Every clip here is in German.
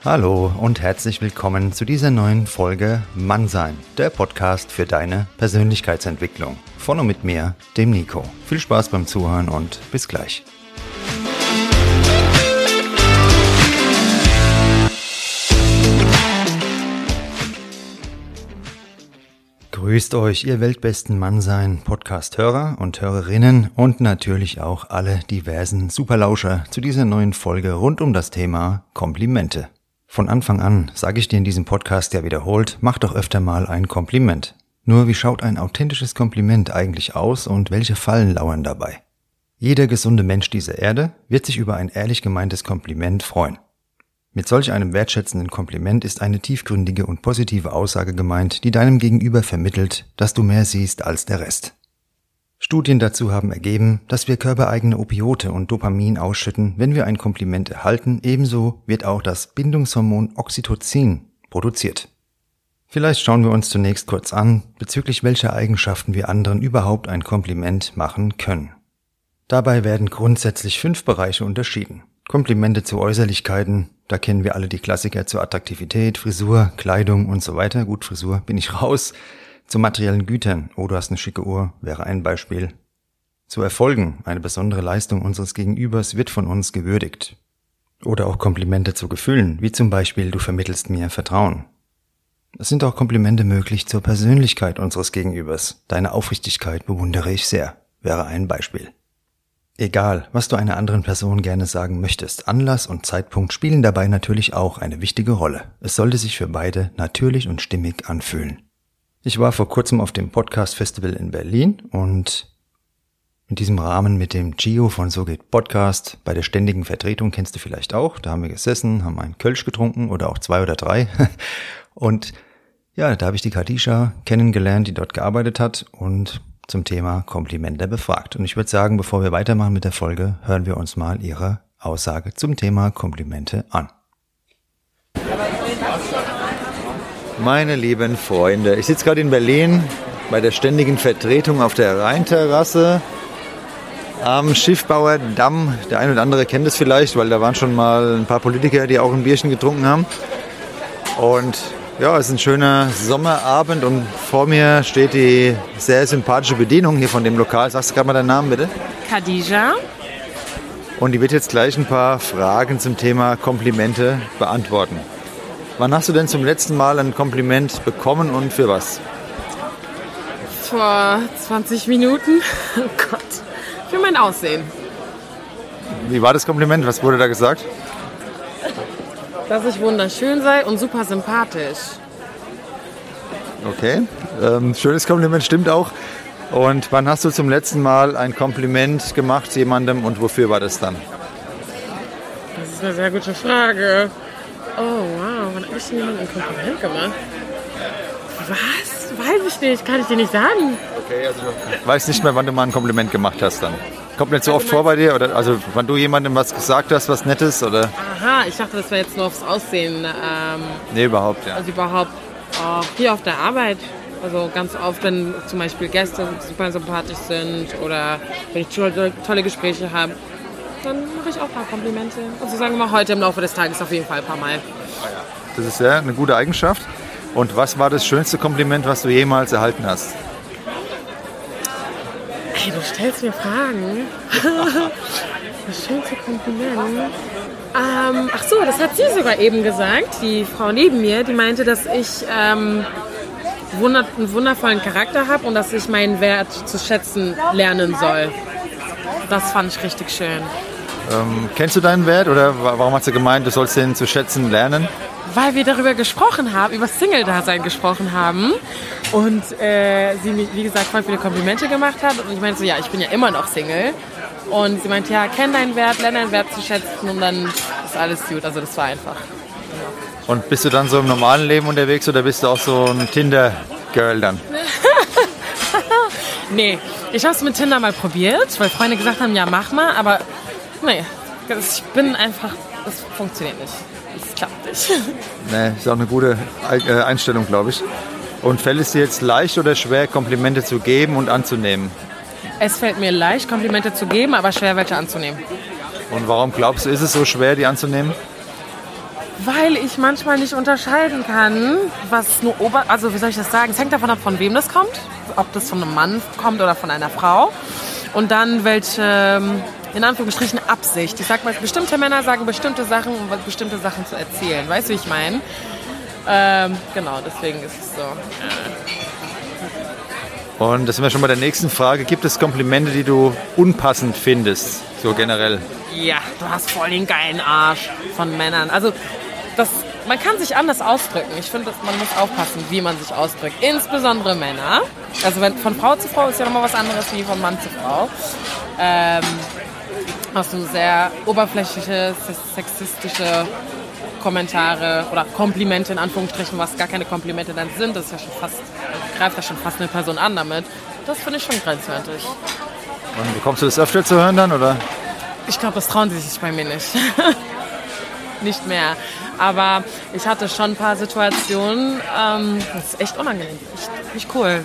Hallo und herzlich willkommen zu dieser neuen Folge Mannsein, der Podcast für deine Persönlichkeitsentwicklung. Von und mit mir, dem Nico. Viel Spaß beim Zuhören und bis gleich. Grüßt euch, ihr weltbesten Mannsein Podcast-Hörer und Hörerinnen und natürlich auch alle diversen Superlauscher zu dieser neuen Folge rund um das Thema Komplimente. Von Anfang an sage ich dir in diesem Podcast ja wiederholt, mach doch öfter mal ein Kompliment. Nur wie schaut ein authentisches Kompliment eigentlich aus und welche Fallen lauern dabei? Jeder gesunde Mensch dieser Erde wird sich über ein ehrlich gemeintes Kompliment freuen. Mit solch einem wertschätzenden Kompliment ist eine tiefgründige und positive Aussage gemeint, die deinem Gegenüber vermittelt, dass du mehr siehst als der Rest. Studien dazu haben ergeben, dass wir körpereigene Opioide und Dopamin ausschütten, wenn wir ein Kompliment erhalten, ebenso wird auch das Bindungshormon Oxytocin produziert. Vielleicht schauen wir uns zunächst kurz an, bezüglich welcher Eigenschaften wir anderen überhaupt ein Kompliment machen können. Dabei werden grundsätzlich 5 Bereiche unterschieden. Komplimente zu Äußerlichkeiten, da kennen wir alle die Klassiker zur Attraktivität, Frisur, Kleidung und so weiter. Gut, Frisur bin ich raus. Zu materiellen Gütern, oh, du hast eine schicke Uhr, wäre ein Beispiel. Zu Erfolgen, eine besondere Leistung unseres Gegenübers wird von uns gewürdigt. Oder auch Komplimente zu Gefühlen, wie zum Beispiel, du vermittelst mir Vertrauen. Es sind auch Komplimente möglich zur Persönlichkeit unseres Gegenübers. Deine Aufrichtigkeit bewundere ich sehr, wäre ein Beispiel. Egal, was du einer anderen Person gerne sagen möchtest, Anlass und Zeitpunkt spielen dabei natürlich auch eine wichtige Rolle. Es sollte sich für beide natürlich und stimmig anfühlen. Ich war vor kurzem auf dem Podcast-Festival in Berlin und in diesem Rahmen mit dem Gio von So geht Podcast bei der ständigen Vertretung, kennst du vielleicht auch, da haben wir gesessen, haben einen Kölsch getrunken oder auch 2 oder 3 und ja, da habe ich die Khadija kennengelernt, die dort gearbeitet hat und zum Thema Komplimente befragt. Und ich würde sagen, bevor wir weitermachen mit der Folge, hören wir uns mal ihre Aussage zum Thema Komplimente an. Meine lieben Freunde, ich sitze gerade in Berlin bei der ständigen Vertretung auf der Rheinterrasse am Schiffbauerdamm. Der eine oder andere kennt es vielleicht, weil da waren schon mal ein paar Politiker, die auch ein Bierchen getrunken haben. Und ja, es ist ein schöner Sommerabend und vor mir steht die sehr sympathische Bedienung hier von dem Lokal. Sagst du gerade mal deinen Namen, bitte? Khadija. Und die wird jetzt gleich ein paar Fragen zum Thema Komplimente beantworten. Wann hast du denn zum letzten Mal ein Kompliment bekommen und für was? Vor 20 Minuten. Oh Gott. Für mein Aussehen. Wie war das Kompliment? Was wurde da gesagt? Dass ich wunderschön sei und super sympathisch. Okay, schönes Kompliment, stimmt auch. Und wann hast du zum letzten Mal ein Kompliment gemacht jemandem und wofür war das dann? Das ist eine sehr gute Frage. Oh wow, wann habe ich denn jemandem ein Kompliment gemacht? Was? Weiß ich nicht, kann ich dir nicht sagen. Okay, also ich weiß nicht mehr, wann du mal ein Kompliment gemacht hast dann. Kommt nicht so oft vor bei dir? Oder also wann du jemandem was gesagt hast, was Nettes? Oder? Aha, ich dachte, das wäre jetzt nur aufs Aussehen. Nee, überhaupt, ja. Also überhaupt hier auf der Arbeit. Also ganz oft, wenn zum Beispiel Gäste super sympathisch sind oder wenn ich tolle Gespräche habe, dann mache ich auch ein paar Komplimente. Also sagen wir mal heute im Laufe des Tages auf jeden Fall ein paar Mal. Das ist ja eine gute Eigenschaft. Und was war das schönste Kompliment, was du jemals erhalten hast? Hey, du stellst mir Fragen. Das schönste Kompliment. Ach so, das hat sie sogar eben gesagt, die Frau neben mir, die meinte, dass ich einen wundervollen Charakter habe und dass ich meinen Wert zu schätzen lernen soll. Das fand ich richtig schön. Kennst du deinen Wert oder warum hast du gemeint, du sollst den zu schätzen lernen? Weil wir darüber gesprochen haben, über Single-Dasein gesprochen haben und sie mir, wie gesagt, voll viele Komplimente gemacht hat und ich meinte so, ja, ich bin ja immer noch Single und sie meinte, ja, kenn deinen Wert, lerne deinen Wert zu schätzen und dann ist alles gut, also das war einfach. Ja. Und bist du dann so im normalen Leben unterwegs oder bist du auch so ein Tinder-Girl dann? Nee, ich habe es mit Tinder mal probiert, weil Freunde gesagt haben, ja, mach mal, aber nee, ich bin einfach, das funktioniert nicht. Das klappt nicht. Nee, ist auch eine gute Einstellung, glaube ich. Und fällt es dir jetzt leicht oder schwer, Komplimente zu geben und anzunehmen? Es fällt mir leicht, Komplimente zu geben, aber schwer, welche anzunehmen. Und warum glaubst du, ist es so schwer, die anzunehmen? Weil ich manchmal nicht unterscheiden kann, was nur also wie soll ich das sagen? Es hängt davon ab, von wem das kommt. Ob das von einem Mann kommt oder von einer Frau. Und dann welche, in Anführungsstrichen, Absicht. Ich sag mal, bestimmte Männer sagen bestimmte Sachen, um bestimmte Sachen zu erzählen. Weißt du, wie ich meine? Genau, deswegen ist es so. Und das sind wir schon bei der nächsten Frage. Gibt es Komplimente, die du unpassend findest, so generell? Ja, du hast voll den geilen Arsch von Männern. Also, man kann sich anders ausdrücken. Ich finde, man muss aufpassen, wie man sich ausdrückt. Insbesondere Männer. Also von Frau zu Frau ist ja nochmal was anderes wie von Mann zu Frau. Hast du sehr oberflächliche, sexistische Kommentare oder Komplimente in Anführungsstrichen, was gar keine Komplimente dann sind. Das ist ja schon greift ja schon fast eine Person an damit. Das finde ich schon grenzwertig. Und bekommst du das öfter zu hören dann, oder? Ich glaube, das trauen sie sich bei mir nicht. Nicht mehr. Aber ich hatte schon ein paar Situationen, das ist echt unangenehm. Nicht cool.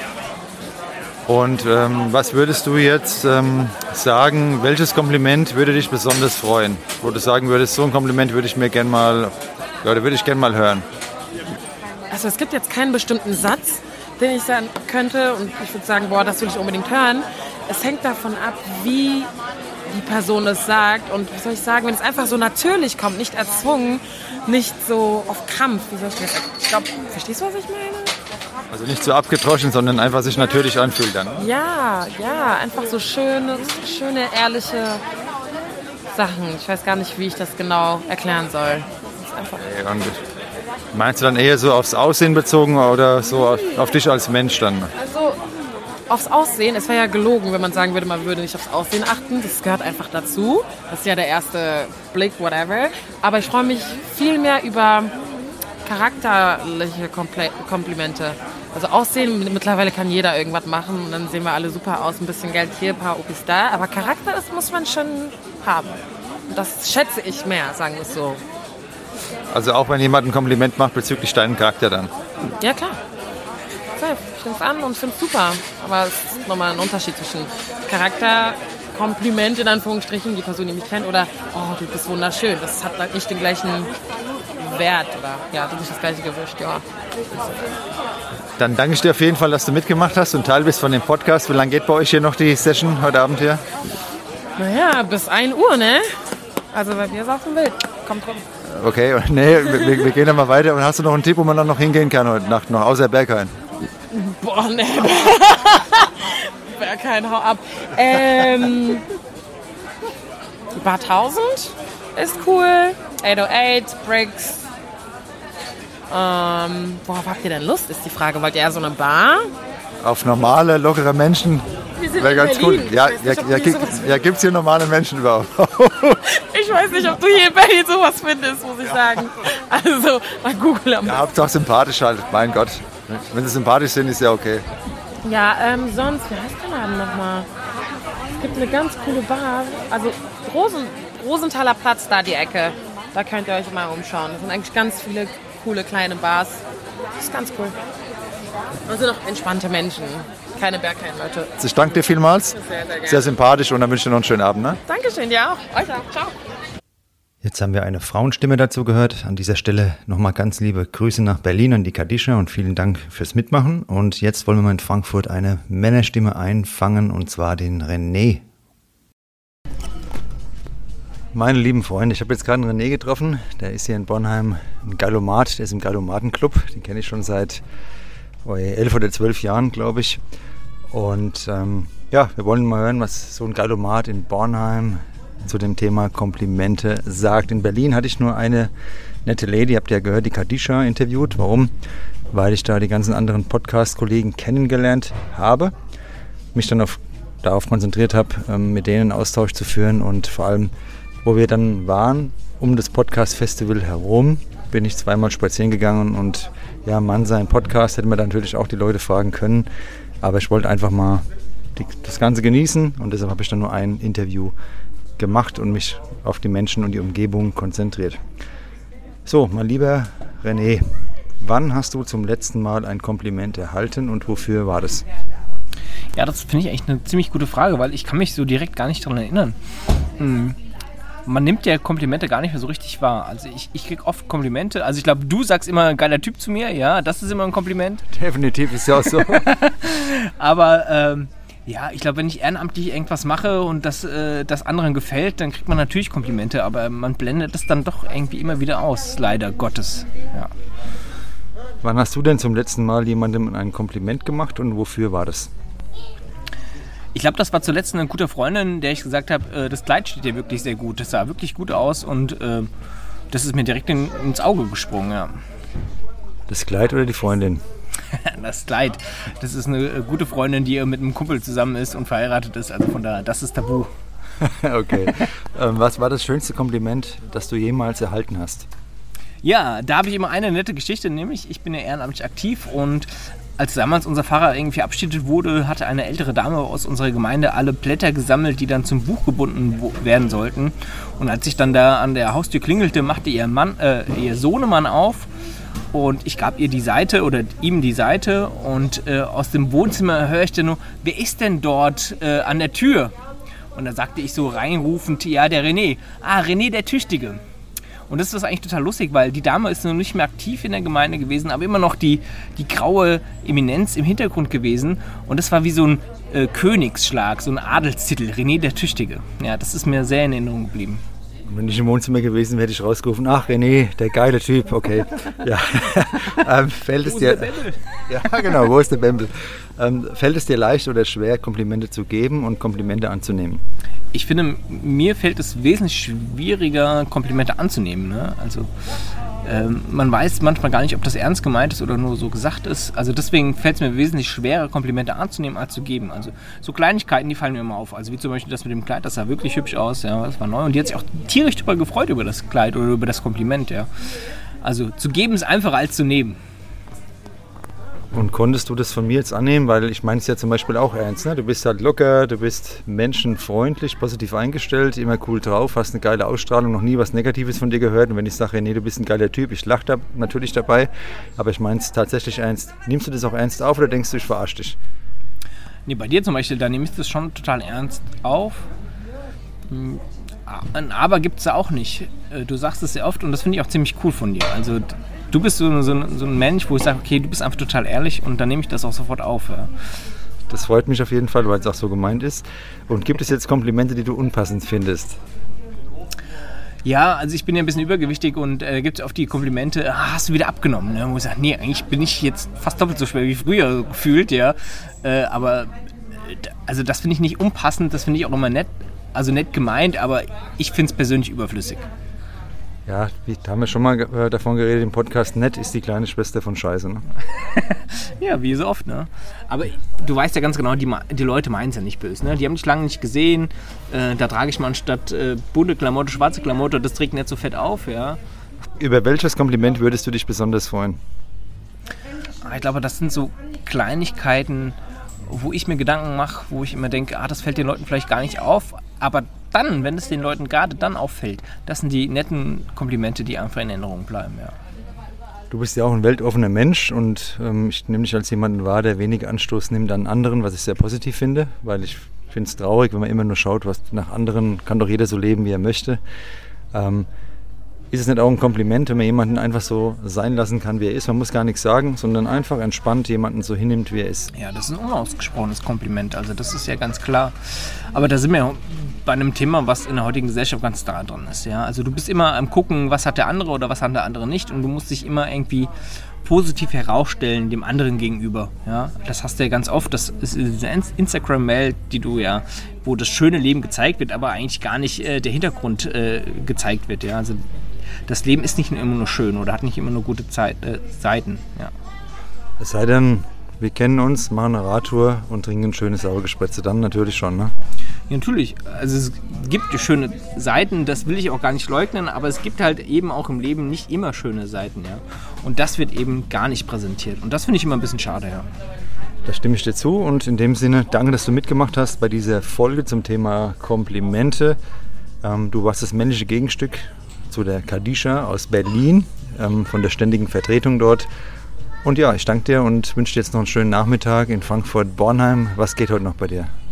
Und was würdest du jetzt sagen, welches Kompliment würde dich besonders freuen? Wo du sagen würdest, so ein Kompliment würde ich gerne mal hören. Also es gibt jetzt keinen bestimmten Satz, den ich sagen könnte und ich würde sagen, das will ich unbedingt hören. Es hängt davon ab, wie die Person das sagt und wie soll ich sagen, wenn es einfach so natürlich kommt, nicht erzwungen, nicht so auf Krampf, wie soll ich das sagen? Ich glaube, verstehst du, was ich meine? Also nicht so abgedroschen, sondern einfach sich natürlich anfühlt dann. Ja, einfach so schöne, ehrliche Sachen. Ich weiß gar nicht, wie ich das genau erklären soll. Das ist einfach meinst du dann eher so aufs Aussehen bezogen oder so auf dich als Mensch dann? Also aufs Aussehen, es wäre ja gelogen, wenn man sagen würde, man würde nicht aufs Aussehen achten. Das gehört einfach dazu. Das ist ja der erste Blick, whatever. Aber ich freue mich viel mehr über charakterliche Komplimente. Also Aussehen, mittlerweile kann jeder irgendwas machen und dann sehen wir alle super aus. Ein bisschen Geld hier, ein paar Opis da. Aber Charakter, das muss man schon haben. Und das schätze ich mehr, sagen wir es so. Also auch wenn jemand ein Kompliment macht bezüglich deinem Charakter dann? Ja, klar. Ich finde es an und finde es super. Aber es ist nochmal ein Unterschied zwischen Charakterkompliment in Anführungsstrichen, die Person, die mich kennt, oder oh, du bist wunderschön. Das hat halt nicht den gleichen Wert oder ja, nicht das gleiche Gewicht, ja. Dann danke ich dir auf jeden Fall, dass du mitgemacht hast und Teil bist von dem Podcast. Wie lange geht bei euch hier noch die Session heute Abend hier? Naja, bis 1 Uhr, ne? Also bei mir ist auf dem Bild. Kommt rum. Okay, nee, wir gehen dann mal weiter. Und hast du noch einen Tipp, wo man dann noch hingehen kann heute Nacht noch, außer Berghain? Boah, ne. Berghain, hau ab. Die Bar 1000 ist cool. 808, Bricks. Worauf habt ihr denn Lust, ist die Frage. Wollt ihr eher so eine Bar? Auf normale, lockere Menschen. Wäre ganz cool. Ja, gibt es hier normale Menschen überhaupt? Ich weiß nicht, ob du hier in Berlin sowas findest, muss ich sagen. Also, mal googeln. Ja, Hauptsache sympathisch halt, mein Gott. Wenn sie sympathisch sind, ist ja okay. Ja, sonst, wie heißt der Laden nochmal? Es gibt eine ganz coole Bar. Also, Rosenthaler Platz, da die Ecke. Da könnt ihr euch mal umschauen. Das sind eigentlich ganz viele coole kleine Bars. Das ist ganz cool. Und sind auch entspannte Menschen. Keine Berghain-Leute. Ich danke dir vielmals. Sehr, sehr gerne. Sehr sympathisch und dann wünsche ich dir noch einen schönen Abend. Ne? Dankeschön, dir auch. Euch auch. Ciao. Jetzt haben wir eine Frauenstimme dazu gehört. An dieser Stelle nochmal ganz liebe Grüße nach Berlin an die Kadisha und vielen Dank fürs Mitmachen. Und jetzt wollen wir mal in Frankfurt eine Männerstimme einfangen und zwar den René. Meine lieben Freunde, ich habe jetzt gerade einen René getroffen. Der ist hier in Bornheim ein Gallomat. Der ist im Gallomatenclub. Den kenne ich schon seit 11 oder 12 Jahren, glaube ich. Und wir wollen mal hören, was so ein Gallomat in Bornheim zu dem Thema Komplimente sagt. In Berlin hatte ich nur eine nette Lady, habt ihr ja gehört, die Kadisha interviewt. Warum? Weil ich da die ganzen anderen Podcast-Kollegen kennengelernt habe. Mich dann darauf konzentriert habe, mit denen einen Austausch zu führen und vor allem, wo wir dann waren, um das Podcast-Festival herum, bin ich zweimal spazieren gegangen und ja, Mann, sein Podcast hätten wir dann natürlich auch die Leute fragen können, aber ich wollte einfach mal das Ganze genießen und deshalb habe ich dann nur ein Interview gemacht und mich auf die Menschen und die Umgebung konzentriert. So, mein lieber René, wann hast du zum letzten Mal ein Kompliment erhalten und wofür war das? Ja, das finde ich eigentlich eine ziemlich gute Frage, weil ich kann mich so direkt gar nicht daran erinnern. man nimmt ja Komplimente gar nicht mehr so richtig wahr. Also ich kriege oft Komplimente. Also ich glaube, du sagst immer geiler Typ zu mir. Ja, das ist immer ein Kompliment. Definitiv ist ja auch so. Aber ja, ich glaube, wenn ich ehrenamtlich irgendwas mache und das anderen gefällt, dann kriegt man natürlich Komplimente. Aber man blendet es dann doch irgendwie immer wieder aus, leider Gottes. Ja. Wann hast du denn zum letzten Mal jemandem ein Kompliment gemacht und wofür war das? Ich glaube, das war zuletzt eine gute Freundin, der ich gesagt habe, das Kleid steht dir wirklich sehr gut. Das sah wirklich gut aus und das ist mir direkt ins Auge gesprungen. Ja. Das Kleid oder die Freundin? Das Kleid. Das ist eine gute Freundin, die mit einem Kumpel zusammen ist und verheiratet ist. Also von daher, das ist tabu. Okay. Was war das schönste Kompliment, das du jemals erhalten hast? Ja, da habe ich immer eine nette Geschichte, nämlich ich bin ja ehrenamtlich aktiv und als damals unser Pfarrer irgendwie verabschiedet wurde, hatte eine ältere Dame aus unserer Gemeinde alle Blätter gesammelt, die dann zum Buch gebunden werden sollten. Und als ich dann da an der Haustür klingelte, machte ihr Sohnemann auf und ich gab ihr die Seite oder ihm die Seite und aus dem Wohnzimmer höre ich dann nur, wer ist denn dort an der Tür? Und da sagte ich so reinrufend, ja, der René. Ah, René der Tüchtige. Und das ist eigentlich total lustig, weil die Dame ist noch nicht mehr aktiv in der Gemeinde gewesen, aber immer noch die graue Eminenz im Hintergrund gewesen. Und das war wie so ein Königsschlag, so ein Adelstitel, René der Tüchtige. Ja, das ist mir sehr in Erinnerung geblieben. Und wenn ich im Wohnzimmer gewesen wäre, hätte ich rausgerufen, ach René, der geile Typ, okay. Ja. Fällt es dir, der Bembel? Ja, genau, wo ist der Bembel? Fällt es dir leicht oder schwer, Komplimente zu geben und Komplimente anzunehmen? Ich finde, mir fällt es wesentlich schwieriger, Komplimente anzunehmen. Ne? Also man weiß manchmal gar nicht, ob das ernst gemeint ist oder nur so gesagt ist. Also deswegen fällt es mir wesentlich schwerer, Komplimente anzunehmen als zu geben. Also so Kleinigkeiten, die fallen mir immer auf. Also wie zum Beispiel das mit dem Kleid, das sah wirklich hübsch aus. Ja, das war neu und die hat sich auch tierisch darüber gefreut über das Kleid oder über das Kompliment. Ja. Also zu geben ist einfacher als zu nehmen. Und konntest du das von mir jetzt annehmen? Weil ich meine es ja zum Beispiel auch ernst. Ne? Du bist halt locker, du bist menschenfreundlich, positiv eingestellt, immer cool drauf, hast eine geile Ausstrahlung, noch nie was Negatives von dir gehört. Und wenn ich sage, nee, du bist ein geiler Typ, ich lache da natürlich dabei, aber ich meine es tatsächlich ernst. Nimmst du das auch ernst auf oder denkst du, ich verarsche dich? Nee, bei dir zum Beispiel, da nehme ich das schon total ernst auf. Ein Aber gibt es da auch nicht. Du sagst es sehr oft und das finde ich auch ziemlich cool von dir. Also du bist so ein Mensch, wo ich sage, okay, du bist einfach total ehrlich und dann nehme ich das auch sofort auf. Ja. Das freut mich auf jeden Fall, weil es auch so gemeint ist. Und gibt es jetzt Komplimente, die du unpassend findest? Ja, also ich bin ja ein bisschen übergewichtig und gibt es oft die Komplimente, hast du wieder abgenommen? Ne? Wo ich sage, nee, eigentlich bin ich jetzt fast doppelt so schwer wie früher gefühlt, ja. Aber also das finde ich nicht unpassend, das finde ich auch immer nett, also nett gemeint, aber ich finde es persönlich überflüssig. Ja, da haben wir schon mal davon geredet im Podcast, nett ist die kleine Schwester von Scheiße. Ne? Ja, wie so oft, ne? Aber du weißt ja ganz genau, die Leute meinen es ja nicht böse, ne? Die haben dich lange nicht gesehen, da trage ich mal anstatt bunte Klamotte, schwarze Klamotte, das trägt nicht so fett auf, ja. Über welches Kompliment würdest du dich besonders freuen? Ich glaube, das sind so Kleinigkeiten, wo ich mir Gedanken mache, wo ich immer denke, das fällt den Leuten vielleicht gar nicht auf, aber dann, wenn es den Leuten gerade dann auffällt, das sind die netten Komplimente, die einfach in Erinnerung bleiben, ja. Du bist ja auch ein weltoffener Mensch und ich nehme dich als jemanden wahr, der wenig Anstoß nimmt an anderen, was ich sehr positiv finde, weil ich finde es traurig, wenn man immer nur schaut, was nach anderen, kann doch jeder so leben, wie er möchte. Ist es nicht auch ein Kompliment, wenn man jemanden einfach so sein lassen kann, wie er ist? Man muss gar nichts sagen, sondern einfach entspannt jemanden so hinnimmt, wie er ist. Ja, das ist ein unausgesprochenes Kompliment, also das ist ja ganz klar. Aber da sind wir bei einem Thema, was in der heutigen Gesellschaft ganz da drin ist. Ja? Also du bist immer am gucken, was hat der andere oder was hat der andere nicht und du musst dich immer irgendwie positiv herausstellen dem anderen gegenüber. Ja? Das hast du ja ganz oft, das ist diese Instagram-Welt, die du ja, wo das schöne Leben gezeigt wird, aber eigentlich gar nicht der Hintergrund gezeigt wird. Ja? Also das Leben ist nicht immer nur schön oder hat nicht immer nur gute Seiten. Ja. Es sei denn, wir kennen uns, machen eine Radtour und trinken schöne Saugespritze, dann natürlich schon, ne? Ja, natürlich. Also es gibt schöne Seiten, das will ich auch gar nicht leugnen, aber es gibt halt eben auch im Leben nicht immer schöne Seiten, ja. Und das wird eben gar nicht präsentiert. Und das finde ich immer ein bisschen schade, ja. Da stimme ich dir zu und in dem Sinne, danke, dass du mitgemacht hast bei dieser Folge zum Thema Komplimente. Du warst das männliche Gegenstück zu der Kadisha aus Berlin, von der ständigen Vertretung dort. Und ja, ich danke dir und wünsche dir jetzt noch einen schönen Nachmittag in Frankfurt-Bornheim. Was geht heute noch bei dir?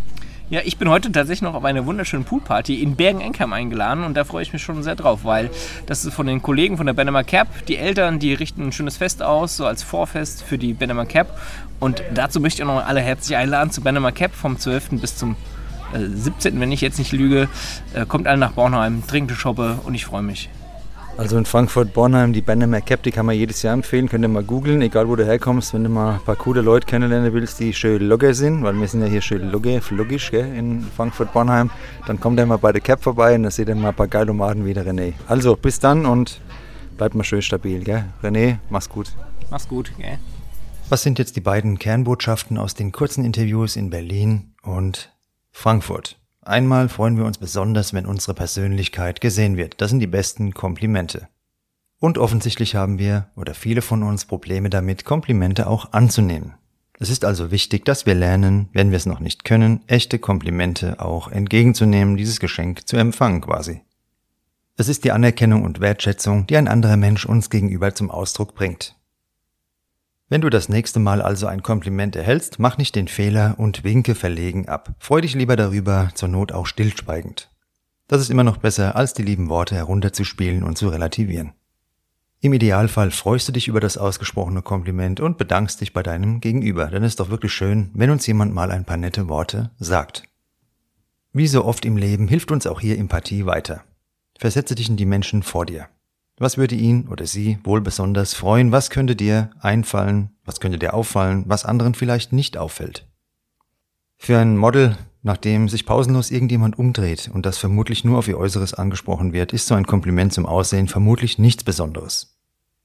Ja, ich bin heute tatsächlich noch auf eine wunderschöne Poolparty in Bergen-Enkheim eingeladen und da freue ich mich schon sehr drauf, weil das ist von den Kollegen von der Bennemer Cap. Die Eltern, die richten ein schönes Fest aus, so als Vorfest für die Bennemer Cap. Und dazu möchte ich auch noch alle herzlich einladen zu Bennemer Cap vom 12. bis zum 17., wenn ich jetzt nicht lüge. Kommt alle nach Bornheim, trinkt eine Schoppe und ich freue mich. Also in Frankfurt-Bornheim, die Bennemer Cap, die kann man jedes Jahr empfehlen. Könnt ihr mal googeln, egal wo du herkommst, wenn du mal ein paar coole Leute kennenlernen willst, die schön Logger sind, weil wir sind ja hier schön logisch in Frankfurt-Bornheim. Dann kommt ihr mal bei der Cap vorbei und dann seht ihr mal ein paar geile Maden wie der René. Also bis dann und bleibt mal schön stabil, gell? René, mach's gut. Mach's gut, gell? Was sind jetzt die beiden Kernbotschaften aus den kurzen Interviews in Berlin und Frankfurt? Einmal freuen wir uns besonders, wenn unsere Persönlichkeit gesehen wird. Das sind die besten Komplimente. Und offensichtlich haben wir, oder viele von uns, Probleme damit, Komplimente auch anzunehmen. Es ist also wichtig, dass wir lernen, wenn wir es noch nicht können, echte Komplimente auch entgegenzunehmen, dieses Geschenk zu empfangen quasi. Es ist die Anerkennung und Wertschätzung, die ein anderer Mensch uns gegenüber zum Ausdruck bringt. Wenn du das nächste Mal also ein Kompliment erhältst, mach nicht den Fehler und winke verlegen ab. Freu dich lieber darüber, zur Not auch stillschweigend. Das ist immer noch besser, als die lieben Worte herunterzuspielen und zu relativieren. Im Idealfall freust du dich über das ausgesprochene Kompliment und bedankst dich bei deinem Gegenüber, denn es ist doch wirklich schön, wenn uns jemand mal ein paar nette Worte sagt. Wie so oft im Leben hilft uns auch hier Empathie weiter. Versetze dich in die Menschen vor dir. Was würde ihn oder sie wohl besonders freuen? Was könnte dir einfallen? Was könnte dir auffallen, was anderen vielleicht nicht auffällt? Für ein Model, nach dem sich pausenlos irgendjemand umdreht und das vermutlich nur auf ihr Äußeres angesprochen wird, ist so ein Kompliment zum Aussehen vermutlich nichts Besonderes.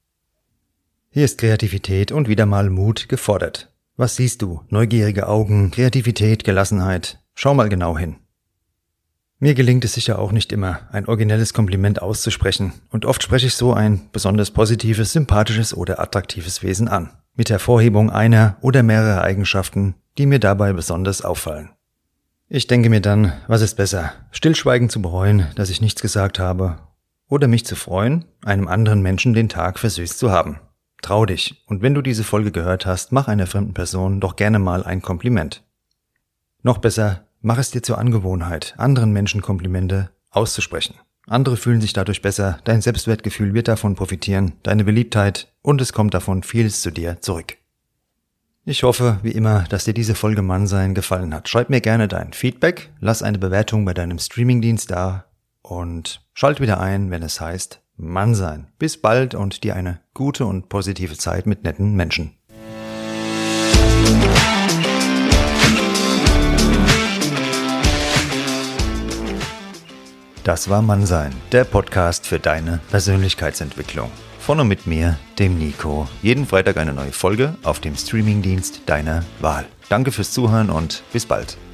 Hier ist Kreativität und wieder mal Mut gefordert. Was siehst du? Neugierige Augen, Kreativität, Gelassenheit. Schau mal genau hin. Mir gelingt es sicher auch nicht immer, ein originelles Kompliment auszusprechen und oft spreche ich so ein besonders positives, sympathisches oder attraktives Wesen an, mit Hervorhebung einer oder mehrerer Eigenschaften, die mir dabei besonders auffallen. Ich denke mir dann, was ist besser, stillschweigend zu bereuen, dass ich nichts gesagt habe, oder mich zu freuen, einem anderen Menschen den Tag versüßt zu haben. Trau dich und wenn du diese Folge gehört hast, mach einer fremden Person doch gerne mal ein Kompliment. Noch besser, mach es dir zur Angewohnheit, anderen Menschen Komplimente auszusprechen. Andere fühlen sich dadurch besser, dein Selbstwertgefühl wird davon profitieren, deine Beliebtheit und es kommt davon vieles zu dir zurück. Ich hoffe, wie immer, dass dir diese Folge Mannsein gefallen hat. Schreib mir gerne dein Feedback, lass eine Bewertung bei deinem Streamingdienst da und schalt wieder ein, wenn es heißt Mannsein. Bis bald und dir eine gute und positive Zeit mit netten Menschen. Das war Mannsein, der Podcast für deine Persönlichkeitsentwicklung. Von und mit mir, dem Nico. Jeden Freitag eine neue Folge auf dem Streamingdienst deiner Wahl. Danke fürs Zuhören und bis bald.